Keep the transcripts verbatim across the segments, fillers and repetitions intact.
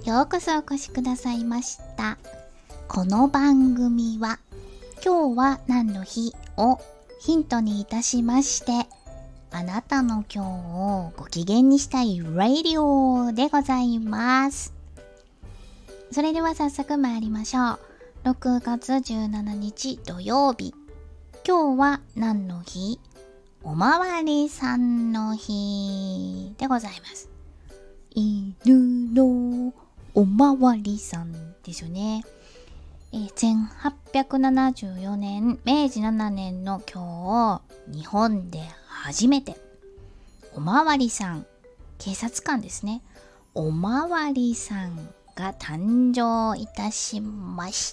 ようこそお越しくださいました。この番組は今日は何の日をヒントにいたしまして、あなたの今日をご機嫌にしたいラディオでございます。それでは早速参りましょう。ろくがつじゅうしちにち土曜日、今日は何の日？おまわりさんの日でございます。犬のおまわりさんですよね。えー、せんはっぴゃくななじゅうよねん、めいじななねんの今日、日本で初めておまわりさん、警察官ですね、おまわりさんが誕生いたしました。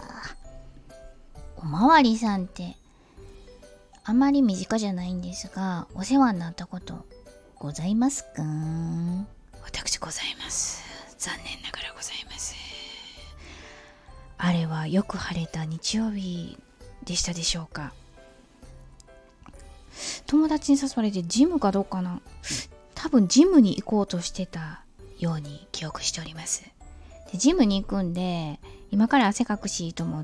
おまわりさんってあまり身近じゃないんですが、お世話になったことございますか？私ございます。残念ながらございます。あれはよく晴れた日曜日でしたでしょうか。友達に誘われてジムかどうかな、多分ジムに行こうとしてたように記憶しております。でジムに行くんで、今から汗かくしと思って、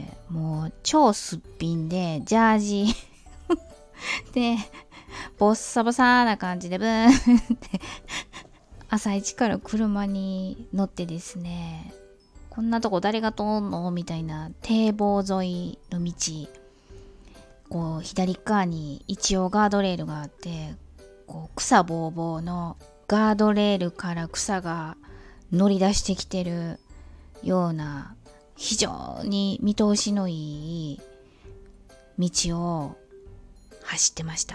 もう超すっぴんでジャージでボッサボサな感じでブーンって朝一から車に乗ってですね、こんなとこ誰が通んのみたいな堤防沿いの道、こう左側に一応ガードレールがあって、こう草ぼうぼうのガードレールから草が乗り出してきてるような非常に見通しのいい道を走ってました。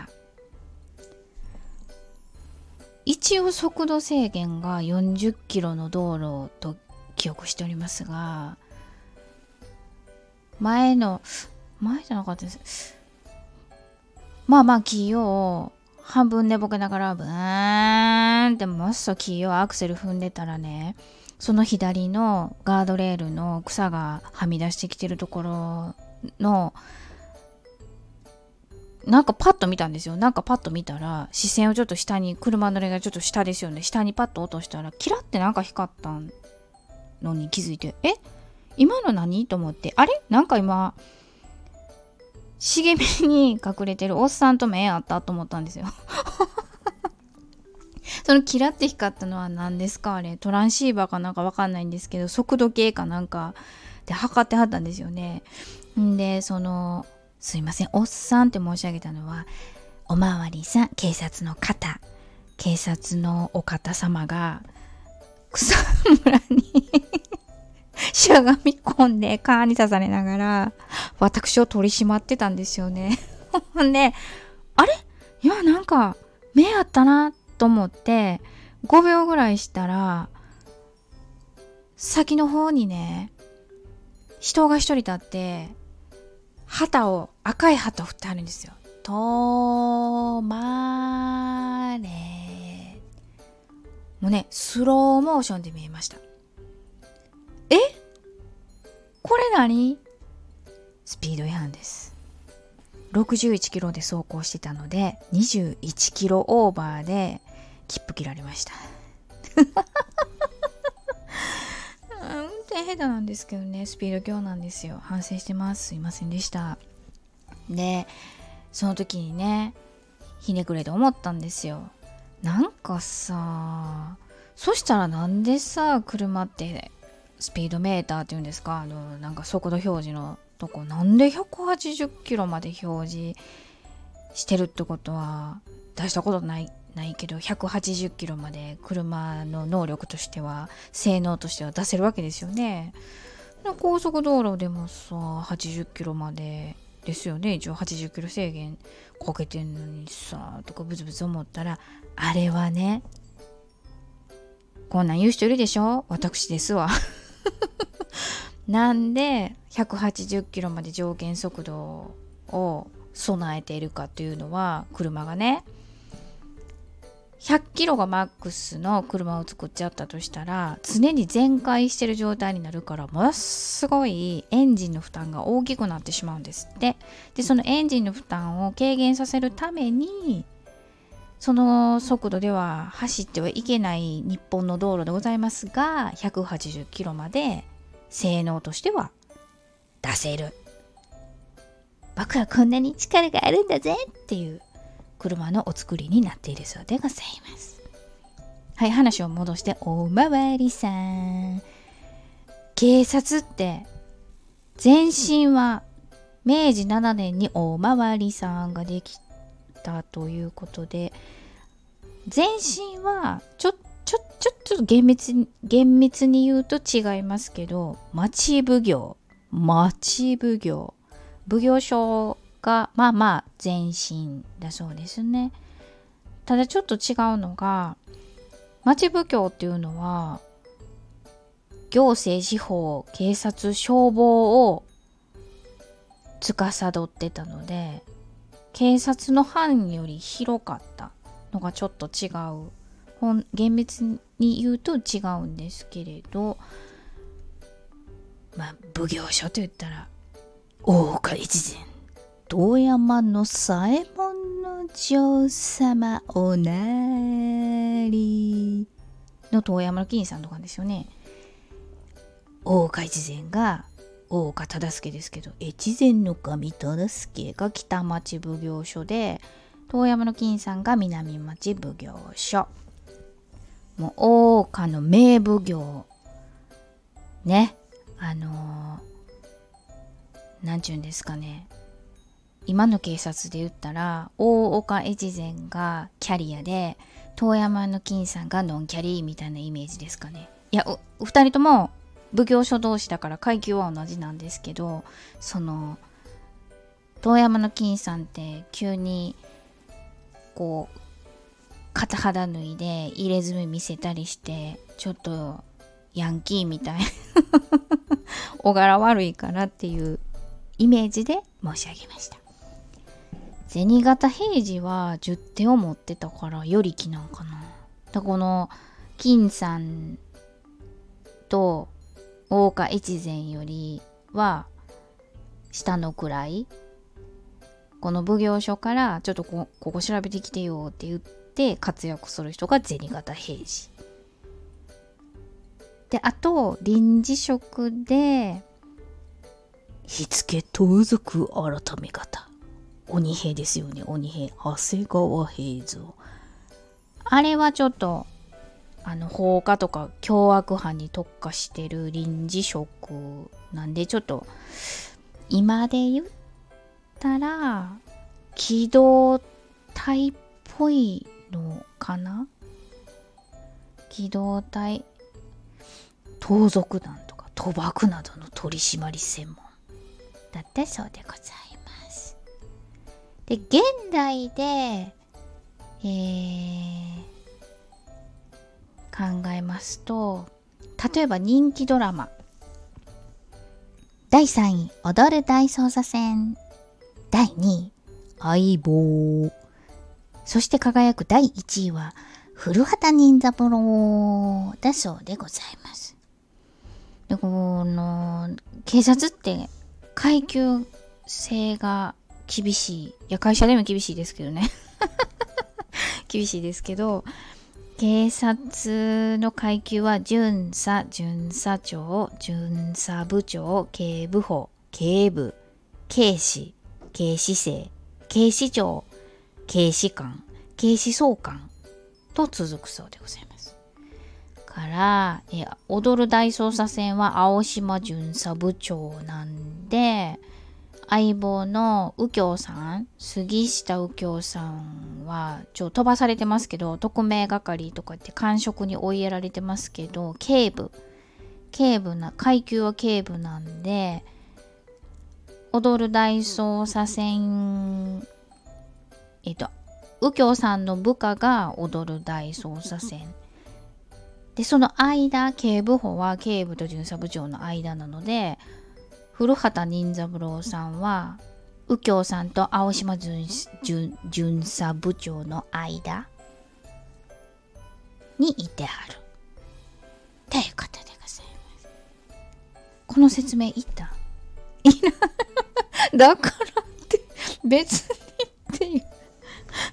一応速度制限がよんじゅっキロの道路と記憶しておりますが、前の前じゃなかったです。まあまあキーを半分寝ぼけながらブーンってまっそキーをアクセル踏んでたらね、その左のガードレールの草がはみ出してきてるところのなんかパッと見たんですよ。なんかパッと見たら、視線をちょっと下に、車のレがちょっと下ですよね。下にパッと落としたら、キラってなんか光ったのに気づいて、え今の何と思って、あれなんか今、茂みに隠れてるおっさんと目あったと思ったんですよ。そのキラって光ったのは何ですか？あれ、トランシーバーかなんかわかんないんですけど、速度計かなんかで測ってはったんですよね。んで、その、すいません、おっさんって申し上げたのは、おまわりさん、警察の方、警察のお方様が草むらにしゃがみ込んで蚊に刺されながら私を取り締まってたんですよね。ほんで、あれ今なんか目あったなと思ってごびょうぐらいしたら、先の方にね、人が一人立って旗を、赤い旗を振ってあるんですよ。止まれ。もうね、スローモーションで見えました。え？これ何？スピード違反です。ろくじゅういちキロで走行してたので、にじゅういちキロオーバーで切符切られました。運転下手なんですけどね、スピード強なんですよ。反省してます。すいませんでした。で、その時にね、ひねくれて思ったんですよ。なんかさ、そしたらなんでさ、車ってスピードメーターっていうんですか、あのなんか速度表示のとこ、なんでひゃくはちじゅっキロまで表示してるってことは、出したことないないけどひゃくはちじゅっキロまで車の能力としては、性能としては出せるわけですよね。高速道路でもさはちじゅっキロまでですよね。一応はちじゅっキロ制限かけてんのにさとかブツブツ思ったら、あれはね、こんなん言う人いるでしょ、私ですわ。なんでひゃくはちじゅっキロまで上限速度を備えているかっていうのは、車がねひゃっキロがマックスの車を作っちゃったとしたら、常に全開してる状態になるから、ものすごいエンジンの負担が大きくなってしまうんですって。で、そのエンジンの負担を軽減させるためにその速度では走ってはいけない日本の道路でございますが、ひゃくはちじゅっキロまで性能としては出せる。僕はこんなに力があるんだぜっていう車のお作りになっているそうでございます。はい、話を戻して、おまわりさん。警察って前身はめいじななねんにおまわりさんができたということで、前身はちょちょちょちょっと厳密に厳密に言うと違いますけど、町奉行町奉行奉行所がまあまあ前身だそうですね。ただちょっと違うのが、町奉行っていうのは行政、司法、警察、消防を司ってたので、警察の範囲より広かったのがちょっと違う。本厳密に言うと違うんですけれど、まあ奉行所と言ったら大岡越前、遠山の左衛門の嬢様おなりの遠山の金さんとかですよね。大岡越前が大岡忠相ですけど、越前の神忠相が北町奉行所で、遠山の金さんが南町奉行所。もう大岡の名奉行ね、あのー、なんちゅうんですかね、今の警察で言ったら大岡越前がキャリアで遠山の金さんがノンキャリーみたいなイメージですかね。いや、お二人とも奉行所同士だから階級は同じなんですけど、その遠山の金さんって急にこう肩肌脱いで入れ墨見せたりして、ちょっとヤンキーみたいお柄悪いからっていうイメージで申し上げました。銭形平次はじゅってんを持ってたからより気なんかな。だこの金さんと大岡越前よりは下の位、この奉行所からちょっと こ, ここ調べてきてよって言って活躍する人が銭形平次で、あと臨時職で火付盗賊改め方、鬼平ですよね。鬼平、長谷川平蔵、あれはちょっとあの放火とか凶悪犯に特化してる臨時職なんで、ちょっと今で言ったら機動隊っぽいのかな。機動隊、盗賊団とか賭博などの取り締まり専門だったそうでございます。で、現代で、えー、考えますと、例えば人気ドラマだいさんい踊る大捜査線、だいにい相棒、そして輝くだいいちいは古畑任三郎だそうでございます。で、この警察って階級制が厳しい。いや、会社でも厳しいですけどね厳しいですけど、警察の階級は巡査、巡査長、巡査部長、警部補、警部、警視、警視正、警視長、警視監、警視総監と続くそうでございます。から、え踊る大捜査線は青島巡査部長なんで、相棒の右京さん、杉下右京さんはちょっと飛ばされてますけど、特命係とかって官職に追いやられてますけど、警部警部な階級は警部なんで、踊る大捜査線、えっと右京さんの部下が踊る大捜査線で、その間、警部補は警部と巡査部長の間なので、古畑任三郎さんは右京さんと青島巡査部長の間にいてはるということでございます。この説明いったいなだからって別にっていう何の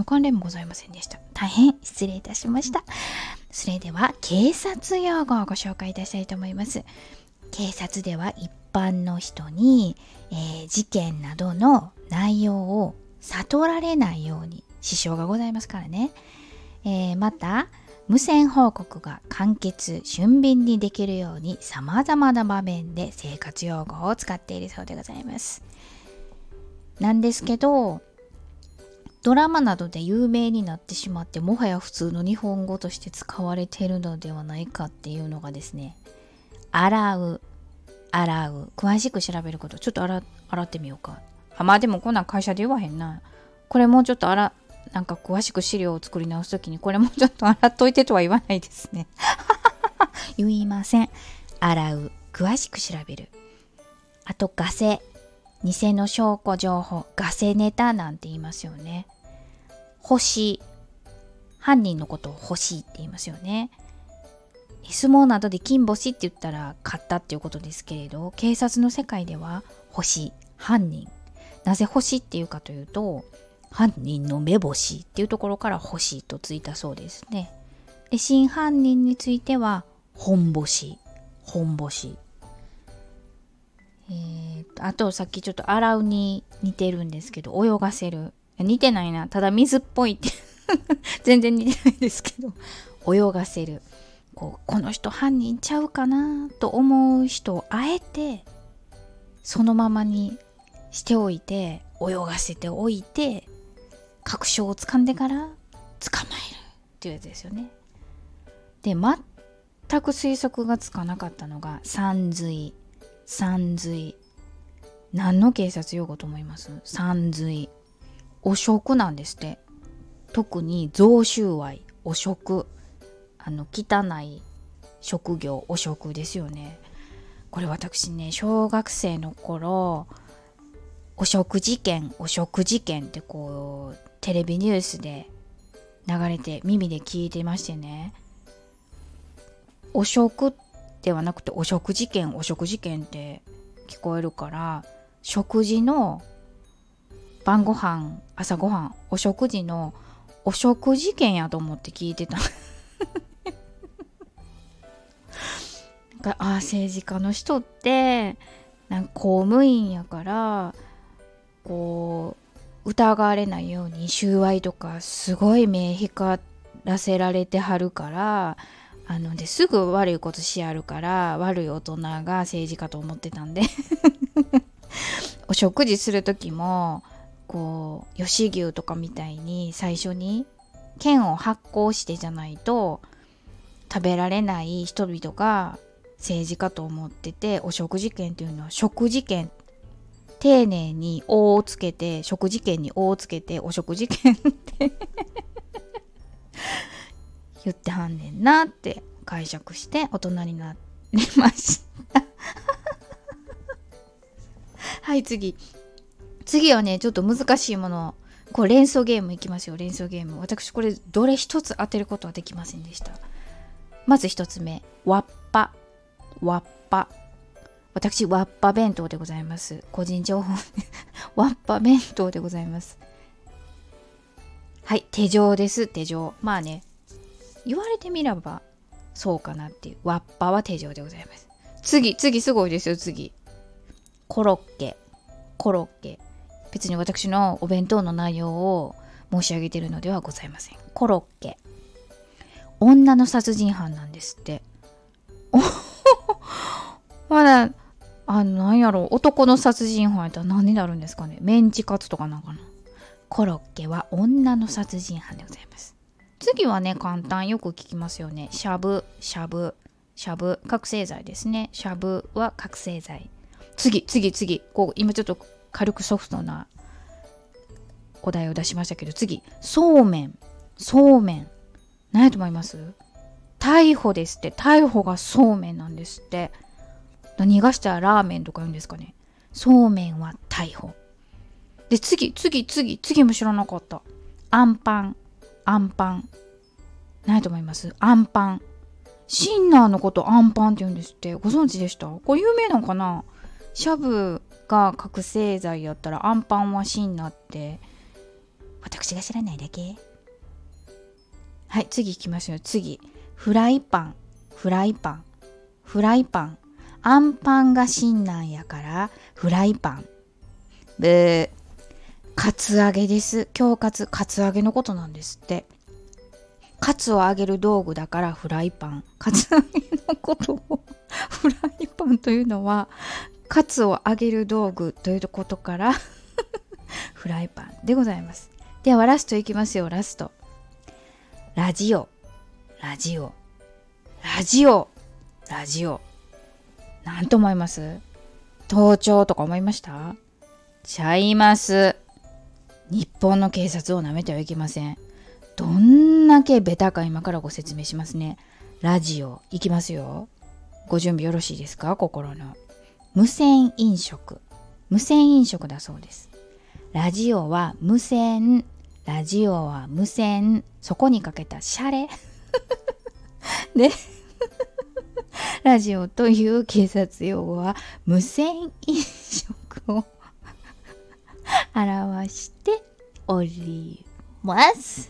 関連もございませんでした。大変失礼いたしました。それでは警察用語をご紹介いたしたいと思います。警察では一般の人に、えー、事件などの内容を悟られないように支障がございますからね。えー、また無線報告が簡潔俊敏にできるようにさまざまな場面で生活用語を使っているそうでございます。なんですけど、ドラマなどで有名になってしまってもはや普通の日本語として使われているのではないかっていうのがですね、洗う洗う詳しく調べること。ちょっと洗洗ってみようか。あ、まあでもこんなん会社で言わへんな。これもうちょっと洗なんか詳しく資料を作り直すときにこれもうちょっと洗っといてとは言わないですね。言いません。洗う詳しく調べる。あとガセ、偽の証拠情報、ガセネタなんて言いますよね。欲しい、犯人のことを欲しいって言いますよね。相撲などで金星って言ったら勝ったっていうことですけれど、警察の世界では欲しい、犯人。なぜ欲しいっていうかというと、犯人の目星っていうところから欲しいとついたそうですね。で、真犯人については本星、本星。えー、とあとさっきちょっと洗うに似てるんですけど、泳がせる。似てないな、ただ水っぽいって全然似てないですけど、泳がせる。こうこの人犯人ちゃうかなと思う人をあえてそのままにしておいて、泳がせておいて、確証をつかんでから捕まえるっていうやつですよね。で、全く推測がつかなかったのが山水。山水、何の警察用語と思います？山水、汚職なんですって。特に贈収賄、汚職、あの汚い職業、汚職ですよね。これ私ね、小学生の頃、汚職事件、汚職事件ってこうテレビニュースで流れて耳で聞いてましてね、汚職ではなくて汚職事件、汚職事件って聞こえるから、食事の晩ご飯、朝ご飯、お食事の汚職事件やと思って聞いてた。なんか、あ、政治家の人ってなんか公務員やからこう疑われないように収賄とかすごい目光らせられてはるから、あのですぐ悪いことしやるから悪い大人が政治家と思ってたんでお食事する時もこう吉牛とかみたいに最初に券を発行してじゃないと食べられない人々が政治家と思ってて、お食事券っていうのは食事券、丁寧に「お」をつけて、食事券に「お」をつけてお食事券って言ってはんねんなって解釈して大人になりましたはい次次はね、ちょっと難しいもの、これ連想ゲームいきますよ。連想ゲーム、私これどれ一つ当てることはできませんでした。まず一つ目、わっぱ。わっぱ、私わっぱ弁当でございます。個人情報わっぱ弁当でございます。はい、手錠です。手錠、まあね、言われてみればそうかなっていう。わっぱは手錠でございます。次次すごいですよ。次、コロッケ。コロッケ、別に私のお弁当の内容を申し上げているのではございません。コロッケ、女の殺人犯なんですって。まだあのなんやろう、男の殺人犯やったら何になるんですかね。メンチカツとかなんかな。コロッケは女の殺人犯でございます。次はね、簡単、よく聞きますよね。しゃぶ、しゃぶ、しゃぶ、覚醒剤ですね。しゃぶは覚醒剤。次次次、こう今ちょっと軽くソフトなお題を出しましたけど、次、そうめん。そうめん、何やと思います？逮捕ですって。逮捕がそうめんなんですって。何がしたらラーメンとか言うんですかね。そうめんは逮捕で、次次次次も知らなかった。アンパン。アンパン、何やと思います？アンパン、シンナーのことアンパンって言うんですって。ご存知でした？これ有名なのかな。シャブが覚醒剤やったらアンパンはシンナーって私が知らないだけ。はい、次行きますよ。次。フライパン、フライパン、フライパン。アンパンが芯なんやから、フライパン。ブー。カツ揚げです。今日カツ、カツ揚げのことなんですって。カツを揚げる道具だからフライパン。カツ揚げのことをフライパンというのは、カツを揚げる道具ということからフライパンでございます。ではラストいきますよ。ラスト。ラジオ、ラジオ、ラジオ、ラジオ。なんと思います？盗聴とか思いました？ちゃいます。日本の警察を舐めてはいけません。どんだけベタか今からご説明しますね。ラジオいきますよ。ご準備よろしいですか？心の。無線飲食。無線飲食だそうです。ラジオは無線。ラジオは無線。そこにかけたシャレ。で、ラジオという警察用語は無線飲食を表しております。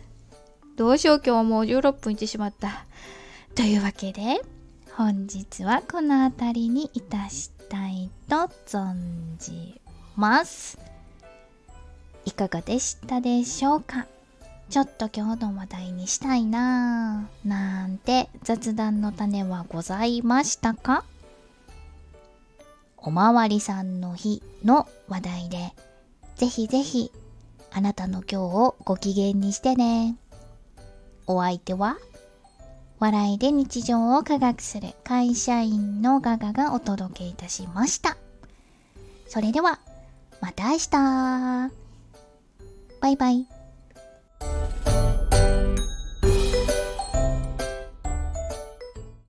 どうしよう、今日もうじゅうろっぷんいってしまった。というわけで本日はこの辺りにいたしたいと存じます。いかがでしたでしょうか？ちょっと今日の話題にしたいなぁなんて雑談の種はございましたか？おまわりさんの日の話題でぜひぜひあなたの今日をご機嫌にしてね。お相手は笑いで日常を科学する会社員のガガがお届けいたしました。それではまた明日。バイバイ。